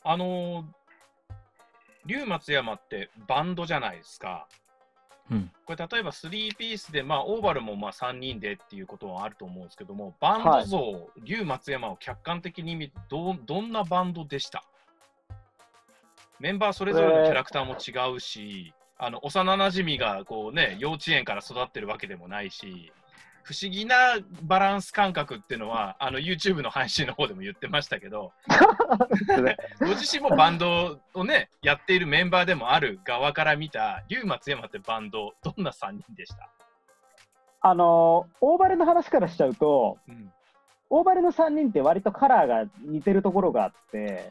あの龍松山ってバンドじゃないですか。 うん、 これ例えば3ピースで、まあ、オーバルもまあ3人でっていうことはあると思うんですけども、バンド像、龍松山を客観的に見てどんなバンドでした？メンバーそれぞれのキャラクターも違うし、幼なじみがこう、ね、幼稚園から育ってるわけでもないし、不思議なバランス感覚っていうのはYouTube の配信の方でも言ってましたけどご自身もバンドをねやっているメンバーでもある側から見た龍松山ってバンドどんな3人でした？ オーバルの話からしちゃうと、オーバルの3人って割とカラーが似てるところがあって。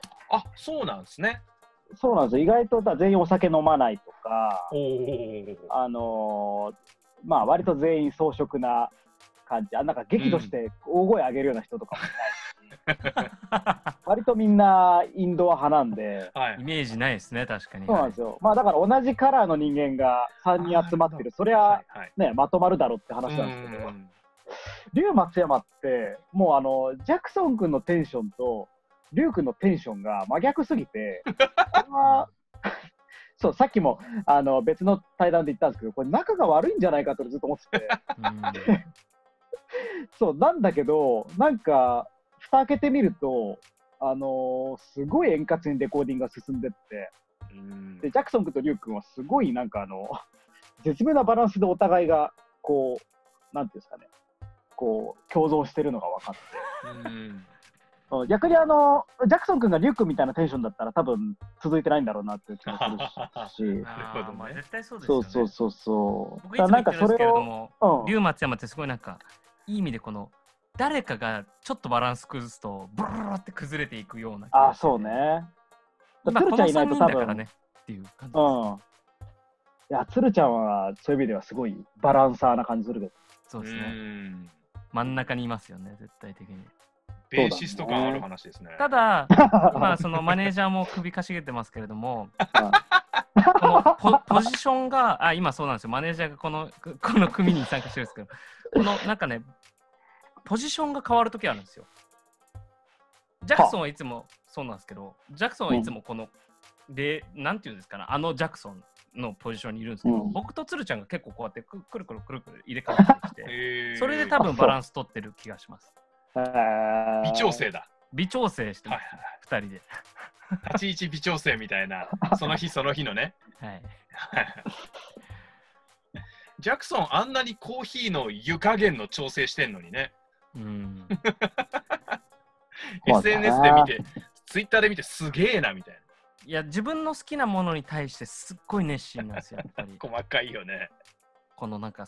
あ、そうなんですね。 そうなんですよ。意外と全員お酒飲まないとか、まあ割と全員装飾な感じ。なんか激怒して大声上げるような人とかもいないし、割とみんなインドア派なんで、 イメージないですね、確かに。 そうなんですよ。まあだから同じカラーの人間が3人集まってる、それはね、まとまるだろうって話なんですけど、龍松山ってもうジャクソン君のテンションと龍君のテンションが真逆すぎて、これはそう、さっきも別の対談で言ったんですけど、これ仲が悪いんじゃないかとずっと思っててそうなんだけど、なんか蓋開けてみるとすごい円滑にレコーディングが進んでって、でジャクソン君と龍君はすごいなんか絶妙なバランスでお互いがこうなんていうんですかね、こう共存してるのが分かって。逆にジャクソン君がリュウ君みたいなテンションだったら多分続いてないんだろうなっていう気もするしまあ絶対そうですよね。 そう僕いつも言ってるんですけれども、龍松山ってすごいなんかいい意味でこの誰かがちょっとバランス崩すとブルルルって崩れていくような気がして。 そうね。 鶴ちゃんいないと多分ねっていう感じです。 いや、鶴ちゃんはそういう意味ではすごいバランサーな感じするけど。 そうですね。真ん中にいますよね、絶対的に。 ベーシスト感ある話ですね。 ただ、今そのマネージャーも首かしげてますけれども、このポジションが、今そうなんですよ、マネージャーがこの組に参加してるんですけど、このなんかね、ポジションが変わるときあるんですよ。ジャクソンはいつもそうなんですけど、ジャクソンはいつもこの、なんていうんですかね、ジャクソンのポジションにいるんですけど、僕と鶴ちゃんが結構こうやってくるくる入れ替わってきて、それで多分バランス取ってる気がします。 微調整だ。 微調整してます、2人で。 立ち位置微調整みたいな、その日その日のね。ジャクソン、あんなにコーヒーの湯加減の調整してんのにね。SNS で見て、ツイッターで見てすげえなみたいな。 いや、自分の好きなものに対してすっごい熱心なんですよ、やっぱり。 細かいよね。 このなんか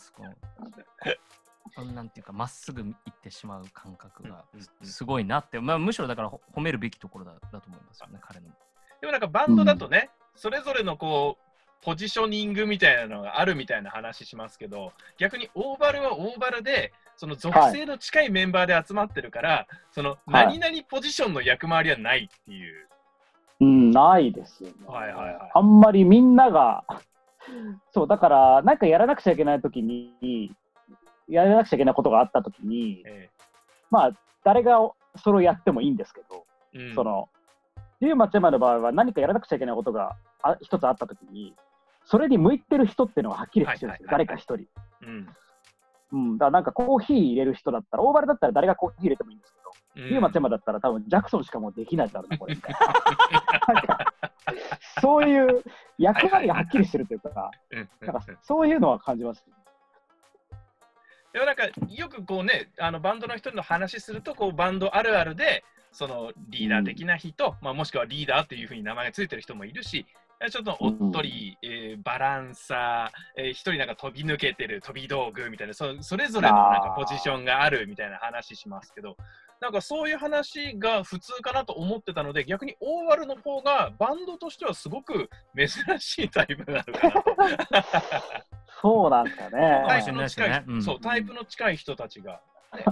なんていうかまっすぐ行ってしまう感覚がすごいなって、むしろだから褒めるべきところだと思いますよね、彼の。 でもなんかバンドだとね、それぞれのこうポジショニングみたいなのがあるみたいな話しますけど、逆にオーバルはオーバルでその属性の近いメンバーで集まってるから、その何々ポジションの役回りはないっていう。 ないですよね。あんまりみんながそうだからなんかやらなくちゃいけない時に。やらなくちゃいけないことがあったときに、まあ誰がそれをやってもいいんですけど、その龍松山の場合は何かやらなくちゃいけないことが一つあったときに、それに向いてる人っていうのははっきりしてるんですよ、誰か一人。だからなんかコーヒー入れる人だったら、オーバルだったら誰がコーヒー入れてもいいんですけど、龍松山だったら多分ジャクソンしかもうできないだろうな、これみたいな。そういう役割がはっきりしてるというか、なんかそういうのは感じます。 でもなんかよくこうね、バンドの人の話するとこうバンドあるあるでそのリーダー的な人、もしくはリーダーっていうふうに名前がついてる人もいるし、ちょっとおっとり、バランサー、一人なんか飛び抜けてる飛び道具みたいな、それぞれのなんかポジションがあるみたいな話しますけど、なんかそういう話が普通かなと思ってたので、逆にオーバルの方がバンドとしてはすごく珍しいタイプなのかなと。 そうなんですかね。 タイプの近い、そう、タイプの近い人たちが。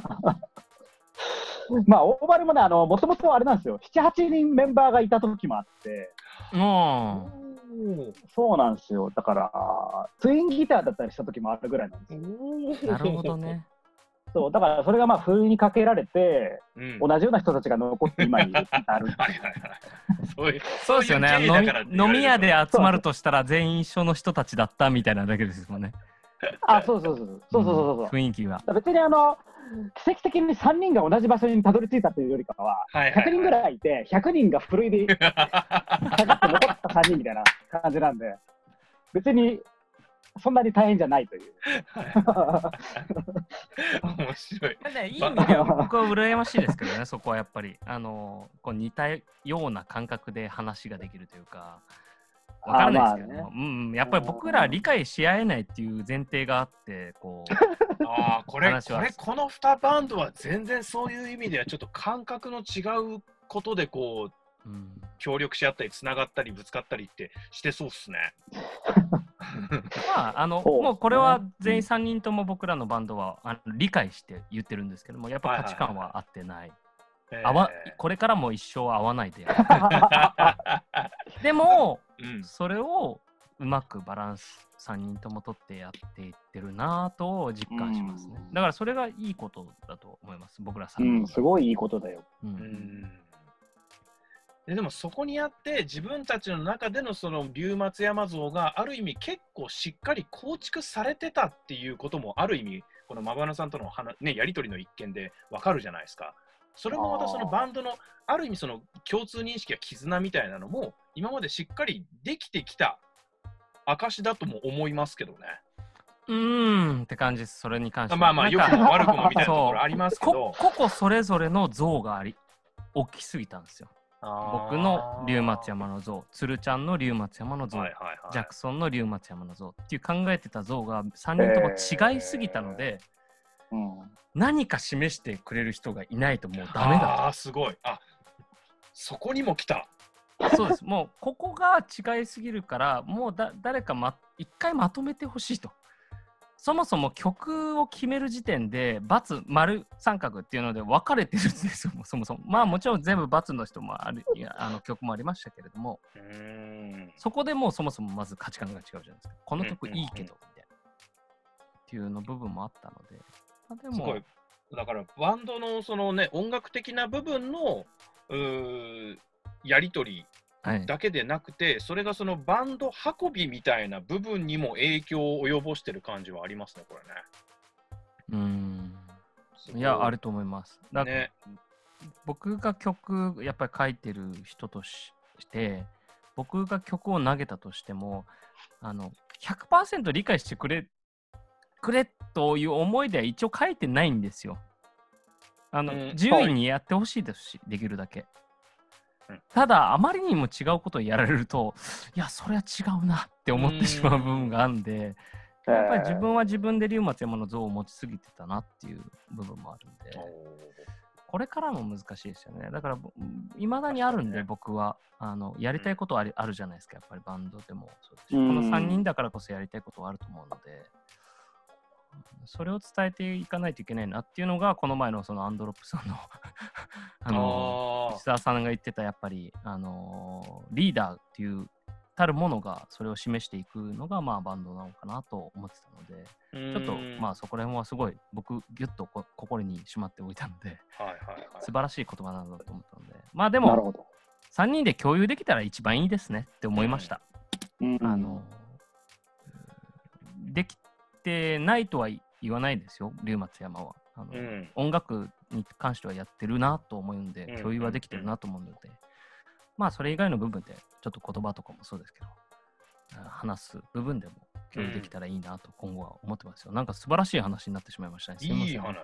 まあ、オーバルもね、もともとあれなんですよ、7、8人メンバーがいた時もあって、そうなんですよ、だから、ツインギターだったりした時もあるぐらいなんですよ。 なるほどね。 そうだからそれがまあ風にかけられて、 うん、 同じような人たちが残って今になるそうですよね。飲み屋で集まるとしたら全員一緒の人たちだったみたいなだけですもんね。 あ、そう、 雰囲気は。 別に奇跡的に3人が同じ場所にたどり着いたというよりかは、100人ぐらいいて、100人がふるいで下がって残った3人みたいな感じなんで、別にそんなに大変じゃないという。 面白い。 いい意味では僕は羨ましいですけどね、そこはやっぱり。こう似たような感覚で話ができるというか。わからないですけども、やっぱり僕らは理解し合えないっていう前提があって、こう。 この2バンドは全然そういう意味ではちょっと感覚の違うことでこう、協力し合ったりつながったりぶつかったりってしてそうっすね。 まあもうこれは全員3人とも僕らのバンドは理解して言ってるんですけども、やっぱ価値観は合ってない。これからも一生合わないででも、それをうまくバランス3人とも取ってやっていってるなぁと実感しますね。だからそれがいいことだと思います、僕ら3人。 すごいいいことだよ。 でもそこにあって自分たちの中でのその龍松山像がある意味結構しっかり構築されてたっていうこともある意味このマバナさんとのやり取りの一件でわかるじゃないですか。それもまたそのバンドのある意味その共通認識や絆みたいなのも今までしっかりできてきた証だとも思いますけどね。 って感じです。それに関しては。 まあまあ良くも悪くもみたいなところありますけど、 個々それぞれの像が大きすぎたんですよ。僕の龍松山の像、鶴ちゃんの龍松山の像、ジャクソンの龍松山の像っていう考えてた像が3人とも違いすぎたので、何か示してくれる人がいないともうダメだ。 すごい。そこにも来た。 そうです。もうここが違いすぎるからもう誰か一回まとめてほしいと。そもそも曲を決める時点で×丸三角っていうので分かれてるんですよ。そもそもまあもちろん全部×の人も曲もありましたけれども、そこでもうそもそもまず価値観が違うじゃないですか。この曲いいけどみたいなっていうの部分もあったので。でもすごい。だからバンドのそのね音楽的な部分のやり取りだけでなくて、それがそのバンド運びみたいな部分にも影響を及ぼしてる感じはありますね、これね。 いや、あると思います。僕が曲やっぱり書いてる人として、僕が曲を投げたとしても、100% 理解してくれという思いでは一応書いてないんですよ。自由にやってほしいですし、できるだけ。ただ、あまりにも違うことをやられると、いや、それは違うなって思ってしまう部分があるんで、やっぱり自分は自分で龍松山の像を持ちすぎてたなっていう部分もあるんで、これからも難しいですよね。だから、いまだにあるんで、僕はやりたいことはあるじゃないですか、やっぱりバンドでもそうですし、この3人だからこそやりたいことはあると思うので、それを伝えていかないといけないなっていうのがこの前のそのアンドロップさんの石澤さんが言ってたやっぱりリーダーっていうたるものがそれを示していくのがまあバンドなのかなと思ってたので、ちょっとまあそこら辺はすごい僕ギュッと心にしまっておいたので、素晴らしい言葉なんだと思ったので、まあでも3人で共有できたら一番いいですねって思いました。できてないとは言わないですよ、龍松山は。音楽に関してはやってるなと思うんで、共有はできてるなと思うので、まあそれ以外の部分でちょっと言葉とかもそうですけど、話す部分でも共有できたらいいなと今後は思ってますよ。なんか素晴らしい話になってしまいましたね。すいません。 いい話。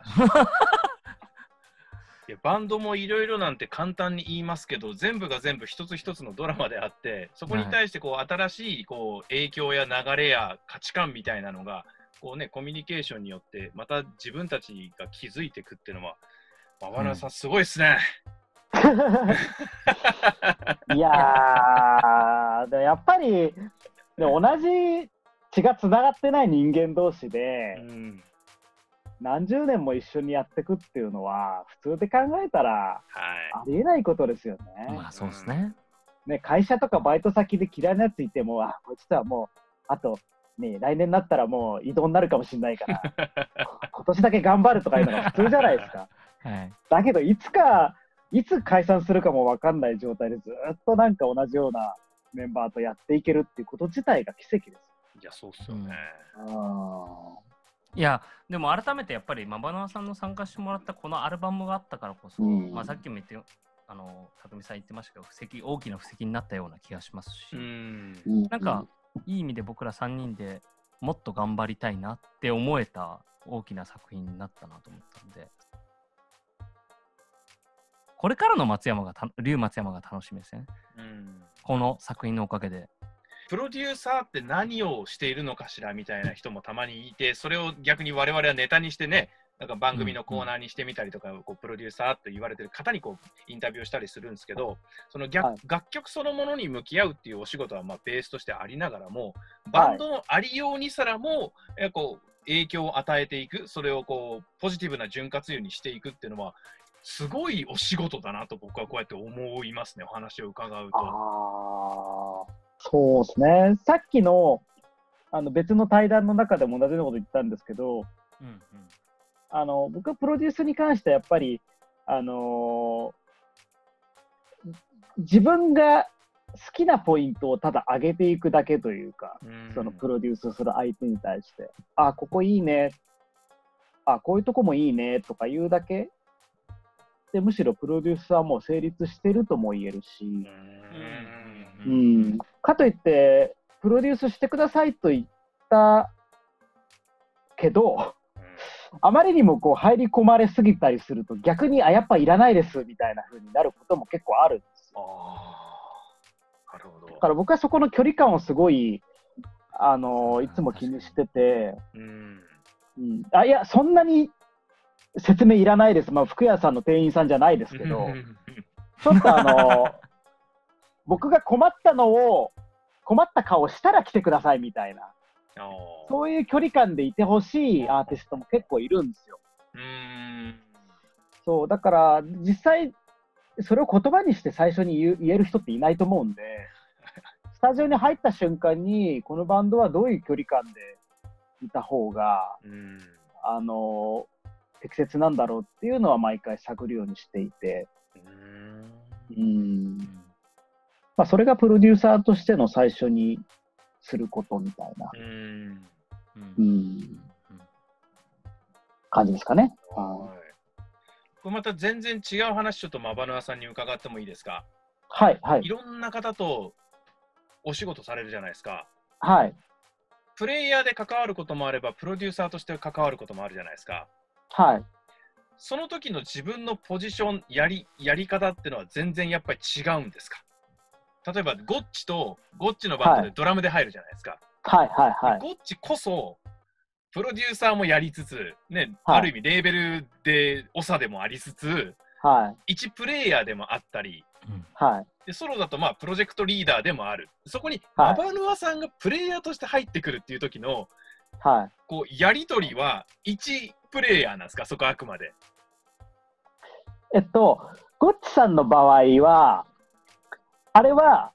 いやバンドもいろいろなんて簡単に言いますけど、全部が全部一つ一つのドラマであって、そこに対してこう新しいこう影響や流れや価値観みたいなのがこうね、コミュニケーションによってまた自分たちが気づいていくっていうのは、馬場さんすごいですね。 いやー、やっぱり同じ血がつながってない人間同士で、何十年も一緒にやっていくっていうのは普通で考えたらありえないことですよね。 まあそうですね。 会社とかバイト先で嫌いなやついても、こいつとはもうあとね、来年になったらもう異動になるかもしれないから今年だけ頑張るとかいうのが普通じゃないですか。 はい、 だけどいつ解散するかも分かんない状態でずっとなんか同じようなメンバーとやっていけるっていうこと自体が奇跡です。 いや、そうっすよね。 いや、でも改めてやっぱりマバナワさんの参加してもらったこのアルバムがあったからこそ、まあ、さっきも言って匠さん言ってましたけど、大きな布石になったような気がしますし、なんかいい意味で僕ら3人でもっと頑張りたいなって思えた大きな作品になったなと思ったんで、これからの龍松山が楽しみですね。この作品のおかげで。 プロデューサーって何をしているのかしらみたいな人もたまにいて、それを逆に我々はネタにしてね、なんか番組のコーナーにしてみたりとか、こうプロデューサーと言われてる方にこうインタビューしたりするんですけど、その楽曲そのものに向き合うっていうお仕事はまあベースとしてありながらも、バンドのありようにさらもこう影響を与えていく、それをこうポジティブな潤滑油にしていくっていうのは、すごいお仕事だなと僕はこうやって思いますね、お話を伺うと。 そうですね。さっきの別の対談の中でも同じようなこと言ったんですけど、僕はプロデュースに関してはやっぱり、自分が好きなポイントをただ上げていくだけというか、そのプロデュースする相手に対して、あ、ここいいね、あ、こういうとこもいいねとか言うだけで、むしろプロデュースはもう成立してるとも言えるし、かといってプロデュースしてくださいと言ったけど、あまりにもこう入り込まれすぎたりすると逆にやっぱいらないですみたいな風になることも結構あるんですよ。 なるほど。 だから僕はそこの距離感をすごいいつも気にしてて、いやそんなに説明いらないです、まあ、服屋さんの店員さんじゃないですけどちょっと僕が困った顔したら来てくださいみたいな、そういう距離感でいてほしいアーティストも結構いるんですよ。そうだから実際それを言葉にして最初に言える人っていないと思うんで、スタジオに入った瞬間にこのバンドはどういう距離感でいた方が適切なんだろうっていうのは毎回探るようにしていて、まあ、それがプロデューサーとしての最初にすることみたいな感じですかね。 これまた全然違う話、ちょっとマバナワさんに伺ってもいいですか？ はいはい。 いろんな方とお仕事されるじゃないですか。 はい。 プレイヤーで関わることもあれば、プロデューサーとして関わることもあるじゃないですか。 はい。 その時の自分のポジション、やり方っていうのは全然やっぱり違うんですか？例えばゴッチのバンドでドラムで入るじゃないですか。 はいはいはい。 ゴッチこそプロデューサーもやりつつ、ね、ある意味レーベルで長でもありつつ、一プレイヤーでもあったり、でソロだとまあプロジェクトリーダーでもある。そこにマバヌワさんがプレイヤーとして入ってくるっていう時の、こうやり取りは一プレイヤーなんですか？そこあくまで。 ゴッチさんの場合はあれは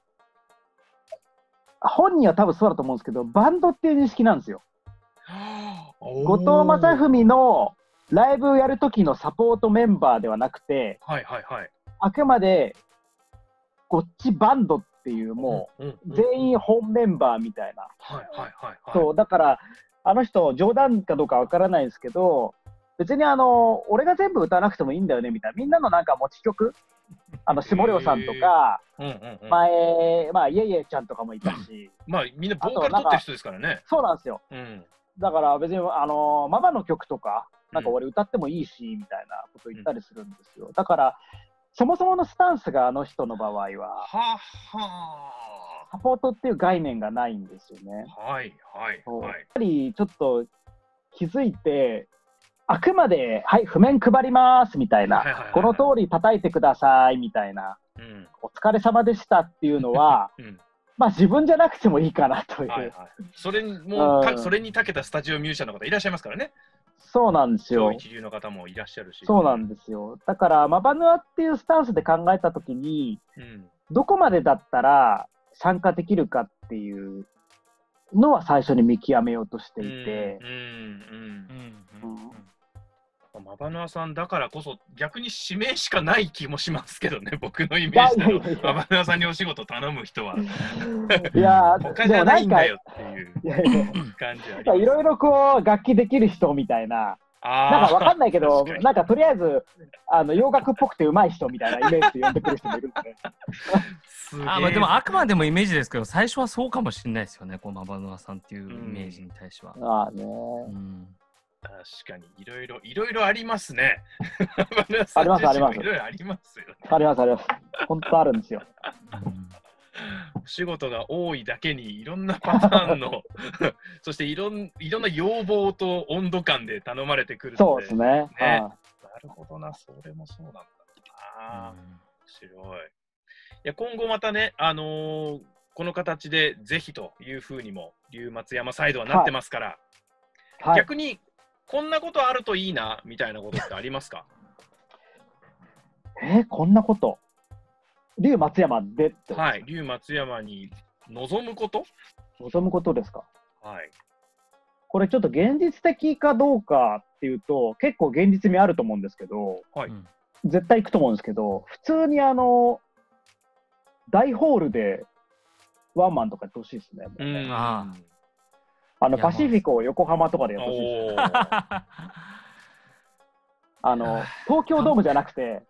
本人は多分そうだと思うんですけど、バンドっていう認識なんですよ。後藤正文のライブをやる時のサポートメンバーではなくて、あくまでゴッチバンドっていうもう全員本メンバーみたいな。そうだからあの人冗談かどうかわからないですけど、別に俺が全部歌わなくてもいいんだよねみたいな、みんなのなんか持ち曲下涼さんとか、前、まあ、イエイエちゃんとかもいたし、 まあ、みんなボーカル取ってる人ですからね。 そうなんですよ。だから別に、ママの曲とか、なんか俺歌ってもいいし、みたいなこと言ったりするんですよ。だから、そもそものスタンスがあの人の場合は、サポートっていう概念がないんですよね。やっぱりちょっと気づいて、あくまで、はい、譜面配りますみたいな、この通り叩いてくださいみたいな、お疲れ様でしたっていうのは、まあ自分じゃなくてもいいかなという。 それに長けたスタジオミュージシャンの方いらっしゃいますからね。 そうなんですよ。 超一流の方もいらっしゃるし。 そうなんですよ。だから、マバヌアっていうスタンスで考えたときに、どこまでだったら参加できるかっていうのは最初に見極めようとしていて、 マバヌアさんだからこそ逆に指名しかない気もしますけどね、僕のイメージでのマバヌアさんにお仕事頼む人は。 いや他じゃないんだよっていう感じはあります。 いろいろこう楽器できる人みたいな、なんかわかんないけど、なんかとりあえず洋楽っぽくて上手い人みたいなイメージで呼んでくる人もいるんで。 でもあくまでもイメージですけど、最初はそうかもしれないですよね、こうマバヌアさんっていうイメージに対しては。 確かにいろいろありますね。 ありますあります。 いろいろありますよね。 ありますあります。本当あるんですよ。 お仕事が多いだけにいろんなパターンのそしていろんな要望と温度感で頼まれてくるので、 そうですね。 なるほどな、それもそうなんだな。面白い。いや今後またね、この形でぜひというふうにも龍松山サイドはなってますから、逆にこんなことあるといいなみたいなことってありますか？ こんなこと龍松山でって。 はい、龍松山に望むことですか？ はい。 これちょっと現実的かどうかっていうと、結構現実味あると思うんですけど、 はい、 絶対行くと思うんですけど、普通に大ホールでワンマンとかやってほしいですね。パシフィコを横浜とかでやってほしいです。東京ドームじゃなくて、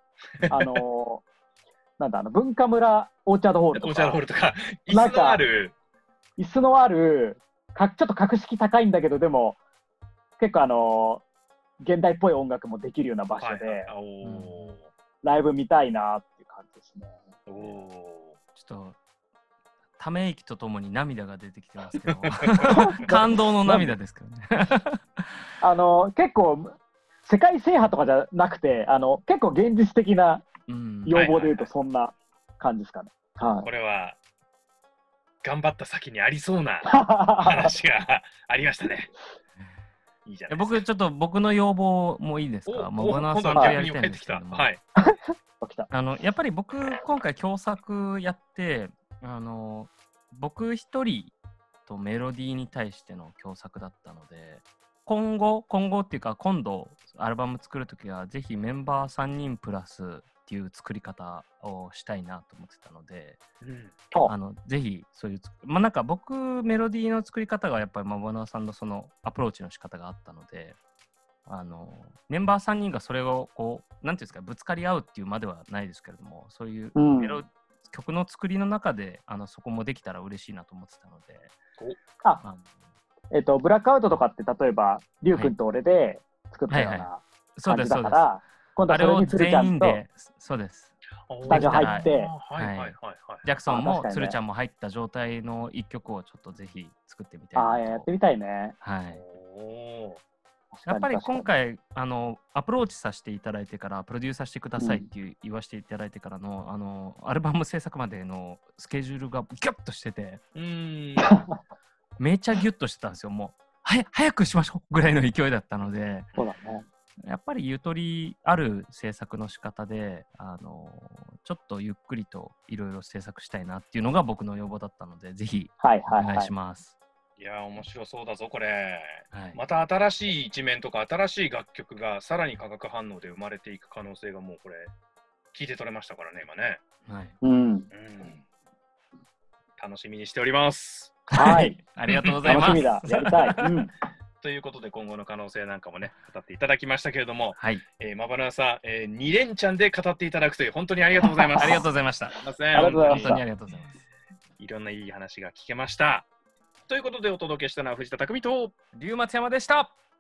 なんだ文化村オーチャードホールとか、椅子のあるちょっと格式高いんだけど、でも結構現代っぽい音楽もできるような場所で、ライブ見たいなっていう感じですね。 ちょっとため息とともに涙が出てきてますけど感動の涙ですけどね結構世界制覇とかじゃなくて結構現実的な要望でいうとそんな感じですかね。 これは頑張った先にありそうな話がありましたね。いいじゃないですか。 僕の要望もいいですか？マバヌアさんとやりたいんですけども、やっぱり僕今回共作やって僕一人とメロディーに対しての共作だったので、今後っていうか今度アルバム作るときはぜひメンバー3人プラスっていう作り方をしたいなと思ってたので、ぜひそういうなんか僕メロディーの作り方がやっぱりマバヌアさんのそのアプローチの仕方があったので、メンバー3人がそれをこうなんていうんですか、ぶつかり合うっていうまではないですけれども、そういう曲の作りの中でそこもできたら嬉しいなと思ってたので、ブラックアウトとかって例えばリュウ君と俺で作ったような感じだから、今度はそれにつるちゃんとそうですスタジオ入って、 ジャクソンもつるちゃんも入った状態の一曲をちょっとぜひ作ってみたい。 やってみたいね。 やっぱり今回アプローチさせていただいてから、プロデューサーしてくださいって言わせていただいてからの、アルバム制作までのスケジュールがギュッとしててめちゃギュッとしてたんですよ。もう早くしましょうぐらいの勢いだったので、 そうだね、 やっぱりゆとりある制作の仕方でちょっとゆっくりといろいろ制作したいなっていうのが僕の要望だったので、ぜひお願いします。 いや面白そうだぞこれ、また新しい一面とか新しい楽曲がさらに化学反応で生まれていく可能性がもうこれ聞いて取れましたからね今ね。楽しみにしております。 ありがとうございます。 楽しみだ、やりたい。 ということで今後の可能性なんかもね語っていただきましたけれども、マバヌアさん、2連チャンで語っていただくという本当にありがとうございます。 ありがとうございました。 本当にありがとうございます。 いろんないい話が聞けました。ということでお届けしたのは藤田匠と龍松山でした。